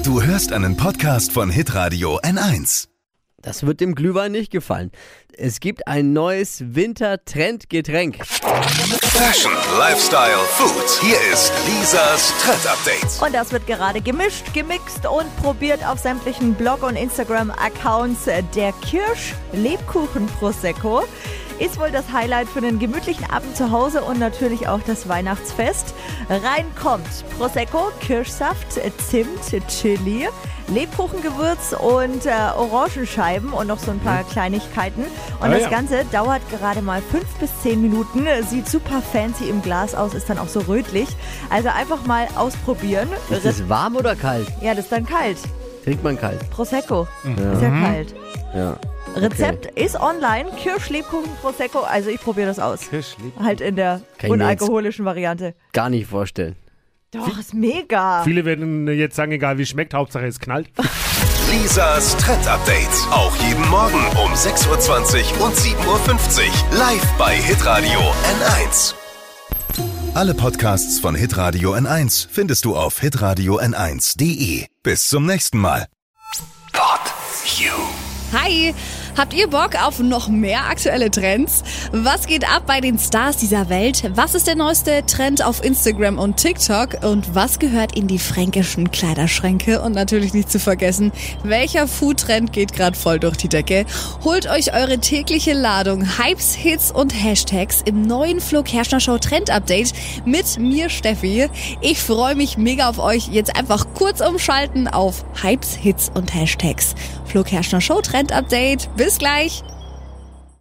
Du hörst einen Podcast von Hitradio N1. Das wird dem Glühwein nicht gefallen. Es gibt ein neues Winter-Trend-Getränk. Fashion, Lifestyle, Food. Hier ist Lisas Trend-Update. Und das wird gerade gemischt, gemixt und probiert auf sämtlichen Blog- und Instagram-Accounts. Der Kirsch-Lebkuchen-Prosecco ist wohl das Highlight für einen gemütlichen Abend zu Hause und natürlich auch das Weihnachtsfest. Rein kommt Prosecco, Kirschsaft, Zimt, Chili, Lebkuchengewürz und Orangenscheiben und noch so ein paar Kleinigkeiten. Und das Ganze dauert gerade mal 5 bis 10 Minuten. Sieht super fancy im Glas aus, ist dann auch so rötlich. Also einfach mal ausprobieren. Ist das warm oder kalt? Ja, das ist dann kalt. Trinkt man kalt? Prosecco. Ist ja kalt. Ja. Rezept ist online. Kirsch-Lebkuchen Prosecco. Also ich probiere das aus. Halt in der Kann ich mir unalkoholischen Variante. Gar nicht vorstellen. Doch, ist mega. Viele werden jetzt sagen, egal wie es schmeckt, Hauptsache es knallt. Lisas Trend-Update. Auch jeden Morgen um 6.20 Uhr und 7.50 Uhr. Live bei Hitradio N1. Alle Podcasts von Hitradio N1 findest du auf hitradio n1.de. Bis zum nächsten Mal. Pod You. Hi, habt ihr Bock auf noch mehr aktuelle Trends? Was geht ab bei den Stars dieser Welt? Was ist der neueste Trend auf Instagram und TikTok? Und was gehört in die fränkischen Kleiderschränke? Und natürlich nicht zu vergessen, welcher Foodtrend geht gerade voll durch die Decke? Holt euch eure tägliche Ladung Hypes, Hits und Hashtags im neuen Flo Kerschner Show Trend Update mit mir, Steffi. Ich freue mich mega auf euch. Jetzt einfach kurz umschalten auf Hypes, Hits und Hashtags. Flo Kerschner Show Trend Update. Bis gleich.